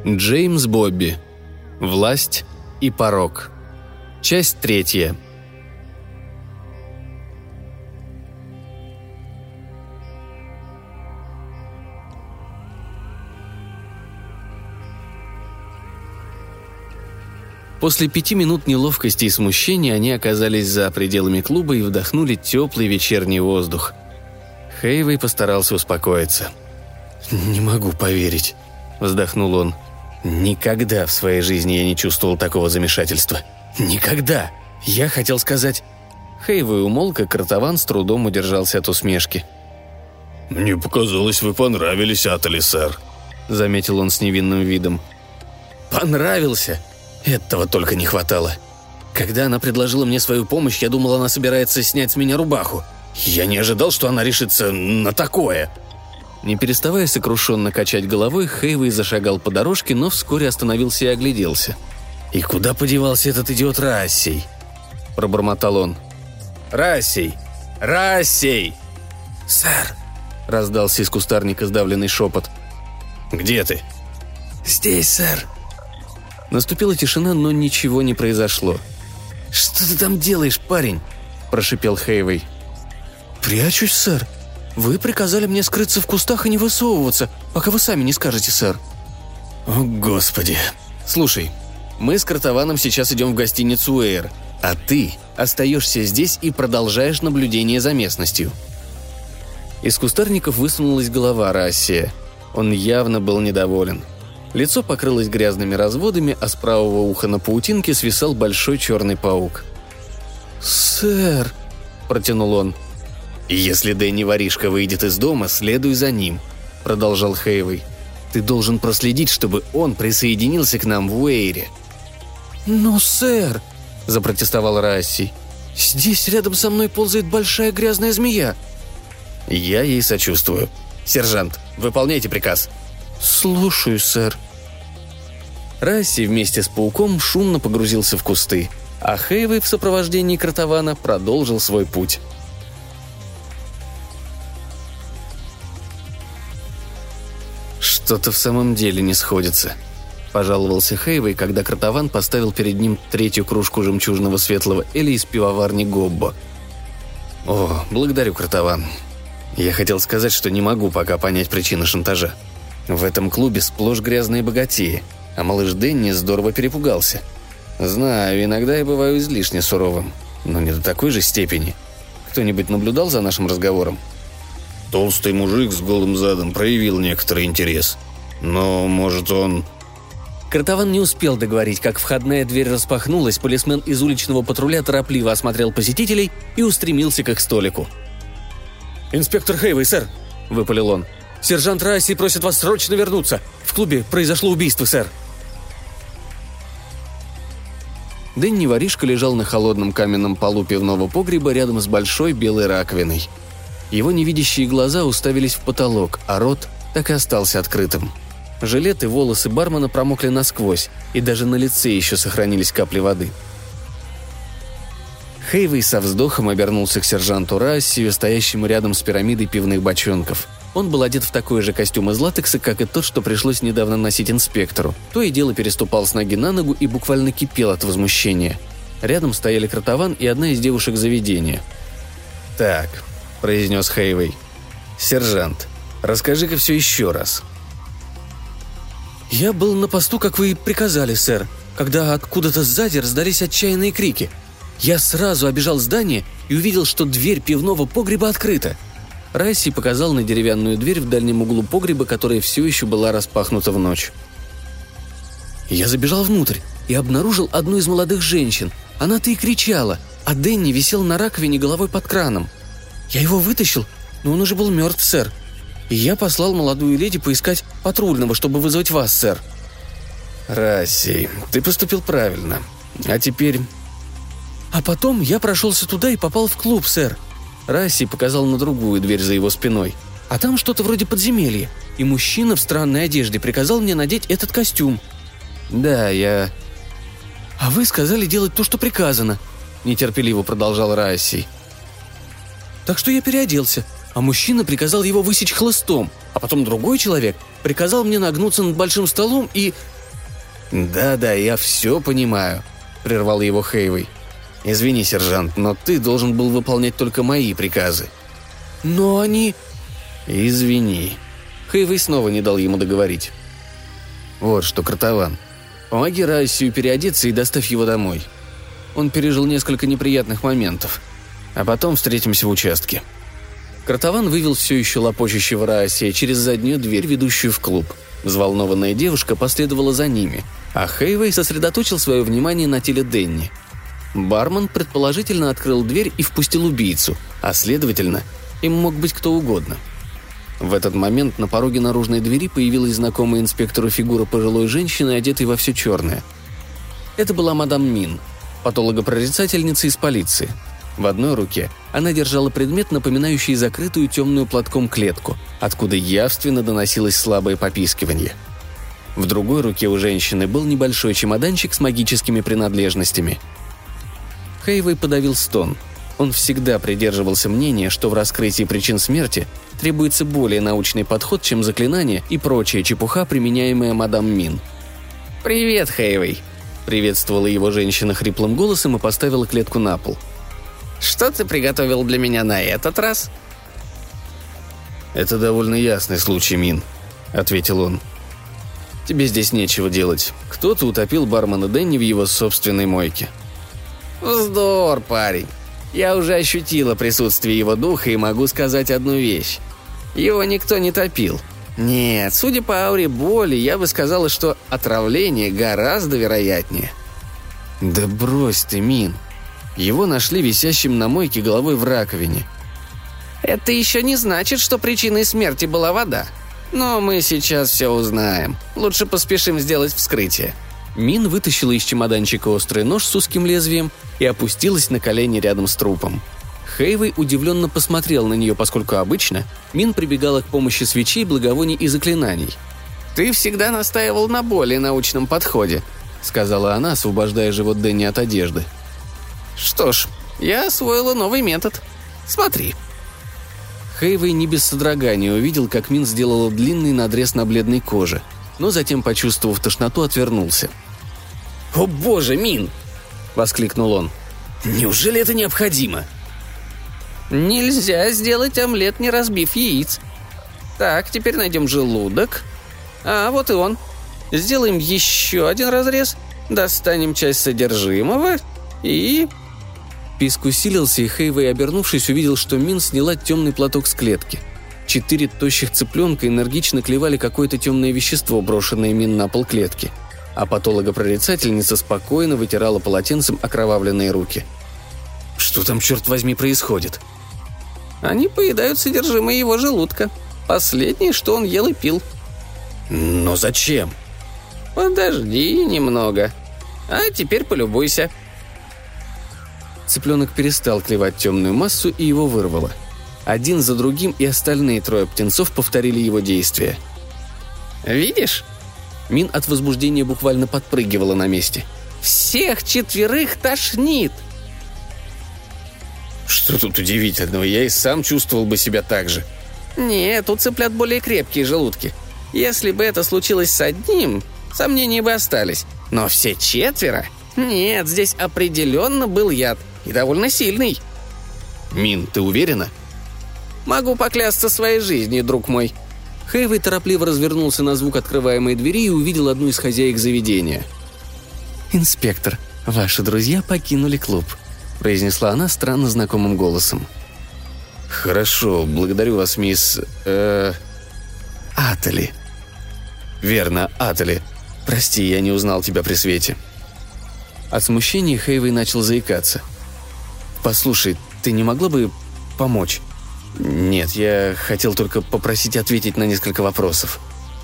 Джеймс Бобби. Власть и порок. Часть 3. После 5 минут неловкости и смущения они оказались за пределами клуба и вдохнули теплый вечерний воздух. Хейвей постарался успокоиться. «Не могу поверить», – вздохнул он. «Никогда в своей жизни я не чувствовал такого замешательства. Никогда! Я хотел сказать...» Хейвей умолк, и Картаван с трудом удержался от усмешки. «Мне показалось, вы понравились Атали, сэр», – заметил он с невинным видом. «Понравился? Этого только не хватало. Когда она предложила мне свою помощь, я думал, она собирается снять с меня рубаху. Я не ожидал, что она решится на такое». Не переставая сокрушенно качать головой, Хейвей зашагал по дорожке, но вскоре остановился и огляделся. «И куда подевался этот идиот Рассей?» – пробормотал он. «Рассей! Рассей!» «Сэр!» – раздался из кустарника сдавленный шепот. «Где ты?» «Здесь, сэр!» Наступила тишина, но ничего не произошло. «Что ты там делаешь, парень?» – прошипел Хейвей. «Прячусь, сэр. Вы приказали мне скрыться в кустах и не высовываться, пока вы сами не скажете, сэр». «О, Господи! Слушай, мы с Картаваном сейчас идем в гостиницу Уэйр, а ты остаешься здесь и продолжаешь наблюдение за местностью». Из кустарников высунулась голова Рассия. Он явно был недоволен. Лицо покрылось грязными разводами, а с правого уха на паутинке свисал большой черный паук. «Сэр», – протянул он. «Если Дэнни-воришка выйдет из дома, следуй за ним», – продолжал Хейвей. «Ты должен проследить, чтобы он присоединился к нам в Уэйре». «Но, сэр», – запротестовал Рассий, – «здесь рядом со мной ползает большая грязная змея». «Я ей сочувствую. Сержант, выполняйте приказ». «Слушаюсь, сэр». Рассий вместе с пауком шумно погрузился в кусты, а Хейвей в сопровождении Картавана продолжил свой путь. «Что-то в самом деле не сходится», – пожаловался Хейвей, когда Картаван поставил перед ним 3-ю кружку жемчужного светлого эля из пивоварни Гоббо. «О, благодарю, Картаван. Я хотел сказать, что не могу пока понять причину шантажа. В этом клубе сплошь грязные богатеи, а малыш Дэнни здорово перепугался. Знаю, иногда я бываю излишне суровым, но не до такой же степени. Кто-нибудь наблюдал за нашим разговором?» «Толстый мужик с голым задом проявил некоторый интерес. Но, может, он...» Картаван не успел договорить, как входная дверь распахнулась, полисмен из уличного патруля торопливо осмотрел посетителей и устремился к их столику. «Инспектор Хейвей, сэр!» – выпалил он. «Сержант Рассий просит вас срочно вернуться. В клубе произошло убийство, сэр». Дэнни-воришка лежал на холодном каменном полу пивного погреба рядом с большой белой раковиной. Его невидящие глаза уставились в потолок, а рот так и остался открытым. Жилет и волосы бармена промокли насквозь, и даже на лице еще сохранились капли воды. Хейвей со вздохом обернулся к сержанту Рассию, стоящему рядом с пирамидой пивных бочонков. Он был одет в такой же костюм из латекса, как и тот, что пришлось недавно носить инспектору. То и дело переступал с ноги на ногу и буквально кипел от возмущения. Рядом стояли Картаван и одна из девушек заведения. «Так», – произнес Хейвей. «Сержант, расскажи-ка все еще раз». «Я был на посту, как вы и приказали, сэр, когда откуда-то сзади раздались отчаянные крики. Я сразу обежал здание и увидел, что дверь пивного погреба открыта». Рассий показал на деревянную дверь в дальнем углу погреба, которая все еще была распахнута в ночь. «Я забежал внутрь и обнаружил одну из молодых женщин. Она-то и кричала, а Дэнни висел на раковине головой под краном. Я его вытащил, но он уже был мертв, сэр. И я послал молодую леди поискать патрульного, чтобы вызвать вас, сэр». «Рассий, ты поступил правильно. А теперь...» «А потом я прошелся туда и попал в клуб, сэр». Рассий показал на другую дверь за его спиной. «А там что-то вроде подземелья, и мужчина в странной одежде приказал мне надеть этот костюм». «Да, я...» «А вы сказали делать то, что приказано», – нетерпеливо продолжал Рассий. «Так что я переоделся, а мужчина приказал его высечь хлыстом, а потом другой человек приказал мне нагнуться над большим столом и...» «Да-да, я все понимаю», — прервал его Хейвей. «Извини, сержант, но ты должен был выполнять только мои приказы». «Но они...» «Извини». Хейвей снова не дал ему договорить. «Вот что, Кротован, помоги Рассию переодеться и доставь его домой. Он пережил несколько неприятных моментов. А потом встретимся в участке». Кротован вывел все еще лопочущего Рассия через заднюю дверь, ведущую в клуб. Взволнованная девушка последовала за ними, а Хейвей сосредоточил свое внимание на теле Дэнни. Бармен предположительно открыл дверь и впустил убийцу, а следовательно, им мог быть кто угодно. В этот момент на пороге наружной двери появилась знакомая инспектору фигура пожилой женщины, одетой во все черное. Это была мадам Мин, патологопрорицательница из полиции. В одной руке она держала предмет, напоминающий закрытую темную платком клетку, откуда явственно доносилось слабое попискивание. В другой руке у женщины был небольшой чемоданчик с магическими принадлежностями. Хейвей подавил стон. Он всегда придерживался мнения, что в раскрытии причин смерти требуется более научный подход, чем заклинания и прочая чепуха, применяемая мадам Мин. «Привет, Хейвей!» – приветствовала его женщина хриплым голосом и поставила клетку на пол. «Что ты приготовил для меня на этот раз?» «Это довольно ясный случай, Мин», — ответил он. «Тебе здесь нечего делать. Кто-то утопил бармена Дэнни в его собственной мойке». «Вздор, парень. Я уже ощутила присутствие его духа и могу сказать одну вещь. Его никто не топил. Нет, судя по ауре боли, я бы сказала, что отравление гораздо вероятнее». «Да брось ты, Мин. Его нашли висящим на мойке головой в раковине». «Это еще не значит, что причиной смерти была вода. Но мы сейчас все узнаем. Лучше поспешим сделать вскрытие». Мин вытащила из чемоданчика острый нож с узким лезвием и опустилась на колени рядом с трупом. Хейвей удивленно посмотрел на нее, поскольку обычно Мин прибегала к помощи свечей, благовоний и заклинаний. «Ты всегда настаивал на более научном подходе», — сказала она, освобождая живот Дэнни от одежды. «Что ж, я освоила новый метод. Смотри». Хейвей не без содрогания увидел, как Мин сделала длинный надрез на бледной коже, но затем, почувствовав тошноту, отвернулся. «О боже, Мин!» – воскликнул он. «Неужели это необходимо?» «Нельзя сделать омлет, не разбив яиц. Так, теперь найдем желудок. А, вот и он. Сделаем еще один разрез, достанем часть содержимого и...» Писк усилился, и Хейвей, обернувшись, увидел, что Мин сняла темный платок с клетки. 4 тощих цыпленка энергично клевали какое-то темное вещество, брошенное Мин на пол клетки, а патологопрорицательница спокойно вытирала полотенцем окровавленные руки. «Что там, черт возьми, происходит?» «Они поедают содержимое его желудка. Последнее, что он ел и пил». «Но зачем?» «Подожди немного. А теперь полюбуйся». Цыпленок перестал клевать темную массу, и его вырвало. Один за другим и остальные 3 птенцов повторили его действия. «Видишь?» Мин от возбуждения буквально подпрыгивала на месте. «Всех 4 тошнит!» «Что тут удивительного? Я и сам чувствовал бы себя так же». «Нет, у цыплят более крепкие желудки. Если бы это случилось с одним, сомнения бы остались. Но все 4? Нет, здесь определенно был яд. И довольно сильный». «Мин, ты уверена?» «Могу поклясться своей жизнью, друг мой». Хейвей торопливо развернулся на звук открываемой двери и увидел одну из хозяек заведения. «Инспектор, ваши друзья покинули клуб», – произнесла она странно знакомым голосом. «Хорошо, благодарю вас, мисс... Атали». «Верно, Атали. Прости, я не узнал тебя при свете». От смущения Хейвей начал заикаться. «Послушай, ты не могла бы помочь?» «Нет, я хотел только попросить ответить на несколько вопросов».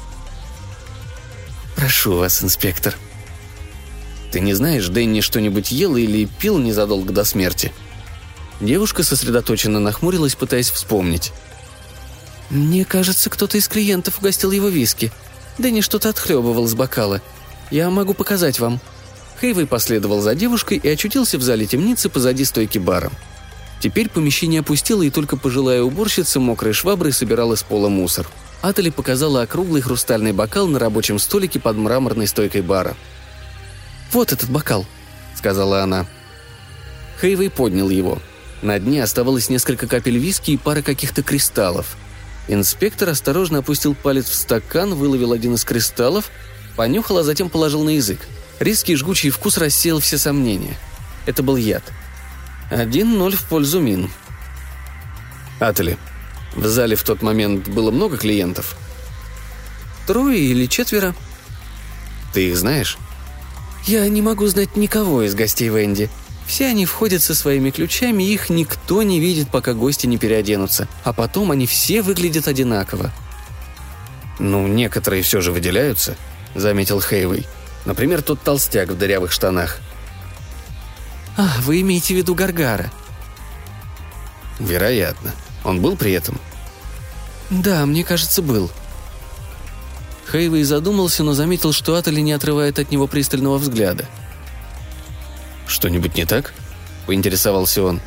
«Прошу вас, инспектор». «Ты не знаешь, Дэнни что-нибудь ел или пил незадолго до смерти?» Девушка сосредоточенно нахмурилась, пытаясь вспомнить. «Мне кажется, кто-то из клиентов угостил его виски. Дэнни что-то отхлебывал с бокала. Я могу показать вам». Хейвей последовал за девушкой и очутился в зале темницы позади стойки бара. Теперь помещение опустело, и только пожилая уборщица мокрой шваброй собирала с пола мусор. Атали показала округлый хрустальный бокал на рабочем столике под мраморной стойкой бара. «Вот этот бокал», — сказала она. Хейвей поднял его. На дне оставалось несколько капель виски и пара каких-то кристаллов. Инспектор осторожно опустил палец в стакан, выловил один из кристаллов, понюхал, а затем положил на язык. Резкий жгучий вкус рассеял все сомнения. Это был яд. 1-0 в пользу Мин. Атали, в зале в тот момент было много клиентов? 3 или 4. Ты их знаешь? Я не могу знать никого из гостей Венди. Все они входят со своими ключами, и их никто не видит, пока гости не переоденутся. А потом они все выглядят одинаково. «Ну, некоторые все же выделяются», — заметил Хейвей. «Например, тот толстяк в дырявых штанах». «А, вы имеете в виду Гаргара?» «Вероятно. Он был при этом?» «Да, мне кажется, был». Хейвей задумался, но заметил, что Атали не отрывает от него пристального взгляда. «Что-нибудь не так?» – поинтересовался он.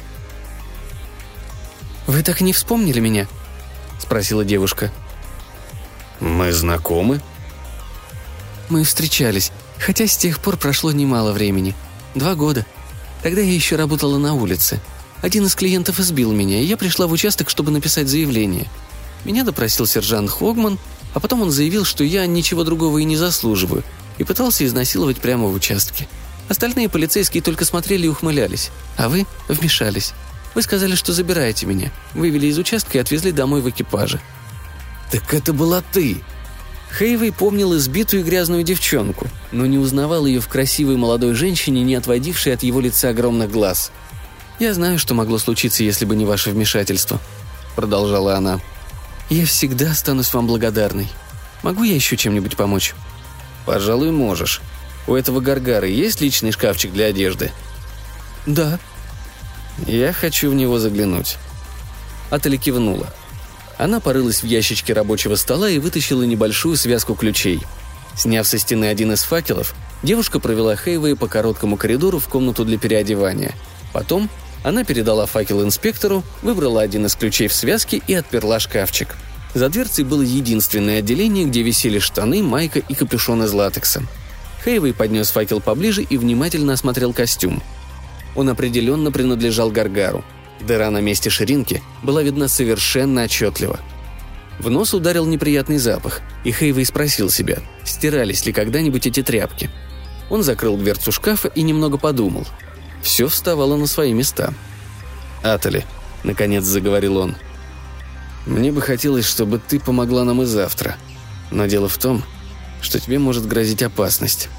«Вы так и не вспомнили меня?» – спросила девушка. «Мы знакомы?» «Мы встречались, хотя с тех пор прошло немало времени. 2 года. Тогда я еще работала на улице. Один из клиентов избил меня, и я пришла в участок, чтобы написать заявление. Меня допросил сержант Хогман, а потом он заявил, что я ничего другого и не заслуживаю, и пытался изнасиловать прямо в участке. Остальные полицейские только смотрели и ухмылялись, а вы вмешались. Вы сказали, что забираете меня, вывели из участка и отвезли домой в экипаже». «Так это была ты!» Хейвей помнил избитую и грязную девчонку, но не узнавал ее в красивой молодой женщине, не отводившей от его лица огромных глаз. «Я знаю, что могло случиться, если бы не ваше вмешательство», — продолжала она. «Я всегда останусь вам благодарной. Могу я еще чем-нибудь помочь?» «Пожалуй, можешь. У этого Гаргары есть личный шкафчик для одежды?» «Да». «Я хочу в него заглянуть». Атали кивнула. Она порылась в ящичке рабочего стола и вытащила небольшую связку ключей. Сняв со стены один из факелов, девушка провела Хейвея по короткому коридору в комнату для переодевания. Потом она передала факел инспектору, выбрала один из ключей в связке и отперла шкафчик. За дверцей было единственное отделение, где висели штаны, майка и капюшон из латекса. Хейвей поднес факел поближе и внимательно осмотрел костюм. Он определенно принадлежал Гаргару. Дыра на месте ширинки была видна совершенно отчетливо. В нос ударил неприятный запах, и Хейвей спросил себя, стирались ли когда-нибудь эти тряпки. Он закрыл дверцу шкафа и немного подумал. Все вставало на свои места. «Атали», — наконец заговорил он, — «мне бы хотелось, чтобы ты помогла нам и завтра. Но дело в том, что тебе может грозить опасность».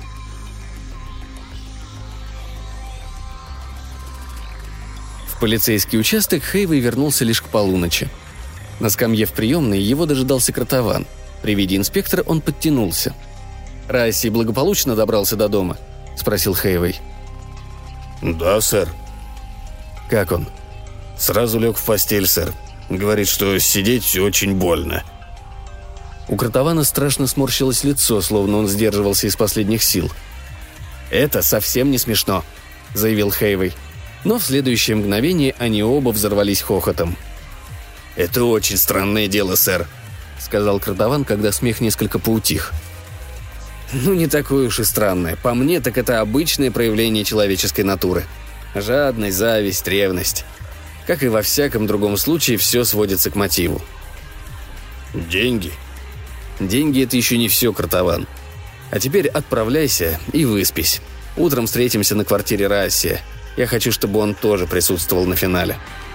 В полицейский участок Хейвей вернулся лишь к полуночи. На скамье в приемной его дожидался Кротован. При виде инспектора он подтянулся. «Расси благополучно добрался до дома?» – спросил Хейвей. «Да, сэр». «Как он?» «Сразу лег в постель, сэр. Говорит, что сидеть очень больно». У Кротована страшно сморщилось лицо, словно он сдерживался из последних сил. «Это совсем не смешно», – заявил Хейвей. Но в следующее мгновение они оба взорвались хохотом. «Это очень странное дело, сэр», — сказал Кротован, когда смех несколько поутих. «Ну, не такое уж и странное. По мне, так это обычное проявление человеческой натуры. Жадность, зависть, ревность. Как и во всяком другом случае, все сводится к мотиву». «Деньги?» «Деньги — это еще не все, Кротован. А теперь отправляйся и выспись. Утром встретимся на квартире Рассия. Я хочу, чтобы он тоже присутствовал на финале».